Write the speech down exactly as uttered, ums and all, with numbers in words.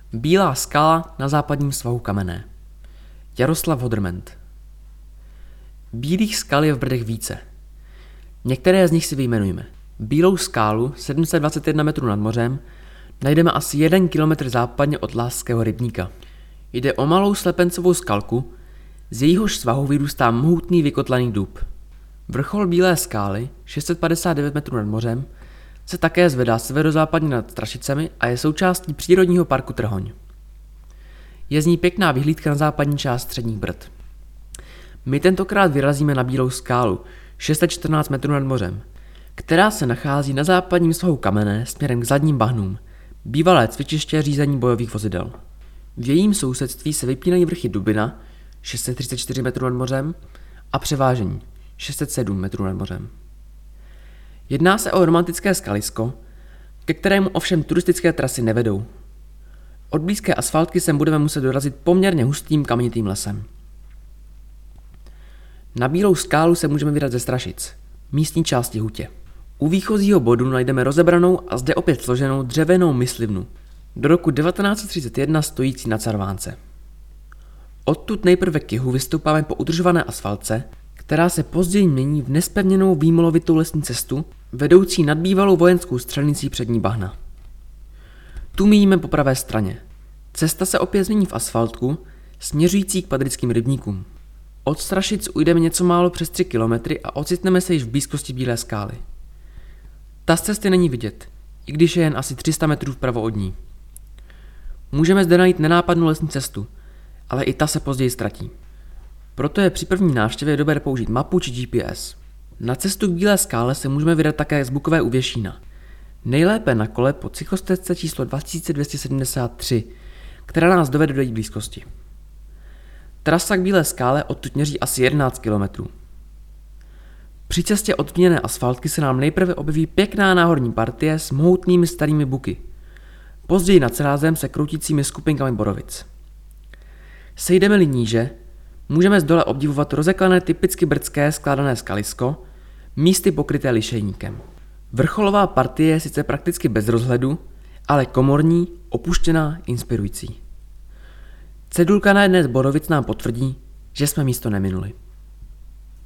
Bílá skala na západním svahu Kamenné. Jaroslav Hodrment. Bílých skal je v Brdech více. Některé z nich si vyjmenujeme. Bílou skálu, sedm set dvacet jedna metrů nad mořem, najdeme asi jeden kilometr západně od Láského rybníka. Jde o malou slepencovou skalku, z jejíhož svahu vyrůstá mohutný vykotlaný dub. Vrchol Bílé skály, šest set padesát devět metrů nad mořem, se také zvedá severozápadně nad Strašicemi a je součástí přírodního parku Trhoň. Je z ní pěkná vyhlídka na západní část Středních Brd. My tentokrát vyrazíme na Bílou skálu, šest set čtrnáct metrů nad mořem, která se nachází na západním svahu Kamenné směrem k zadním bahnům, bývalé cvičiště řízení bojových vozidel. V jejím sousedství se vypínají vrchy Dubina, šest set třicet čtyři metrů nad mořem, a Převážení, šest set sedm metrů nad mořem. Jedná se o romantické skalisko, ke kterému ovšem turistické trasy nevedou. Od blízké asfaltky sem budeme muset dorazit poměrně hustým kamenitým lesem. Na Bílou skálu se můžeme vydat ze Strašic, místní části Hutě. U výchozího bodu najdeme rozebranou a zde opět složenou dřevěnou myslivnu, do roku devatenáct set třicet jedna stojící na Carvánce. Odtud nejprve k jihu vystoupáme po udržované asfaltce, která se později mění v nespevněnou výmolovitou lesní cestu, vedoucí nad bývalou vojenskou střelnicí přední bahna. Tu míjíme po pravé straně. Cesta se opět změní v asfaltku, směřující k Padrickým rybníkům. Od Strašic ujdeme něco málo přes tři kilometry a ocitneme se již v blízkosti Bílé skály. Ta z cesty není vidět, i když je jen asi tři sta metrů vpravo od ní. Můžeme zde najít nenápadnou lesní cestu, ale i ta se později ztratí. Proto je při první návštěvě dobré použít mapu či G P S. Na cestu k Bílé skále se můžeme vydat také z Bukové u Věšína. Nejlépe na kole po cyklostezce číslo dva tisíce dvě stě sedmdesát tři, která nás dovede do její blízkosti. Trasa k Bílé skále odtud měří asi jedenáct kilometrů. Při cestě od tměné asfaltky se nám nejprve objeví pěkná náhorní partie s mohutnými starými buky, později nad srázem se kroutícími skupinkami borovic. Sejdeme-li níže, můžeme z dole obdivovat rozeklané typicky brdské skládané skalisko, místy pokryté lišejníkem. Vrcholová partie je sice prakticky bez rozhledu, ale komorní, opuštěná, inspirující. Cedulka na jedné z borovic nám potvrdí, že jsme místo neminuli.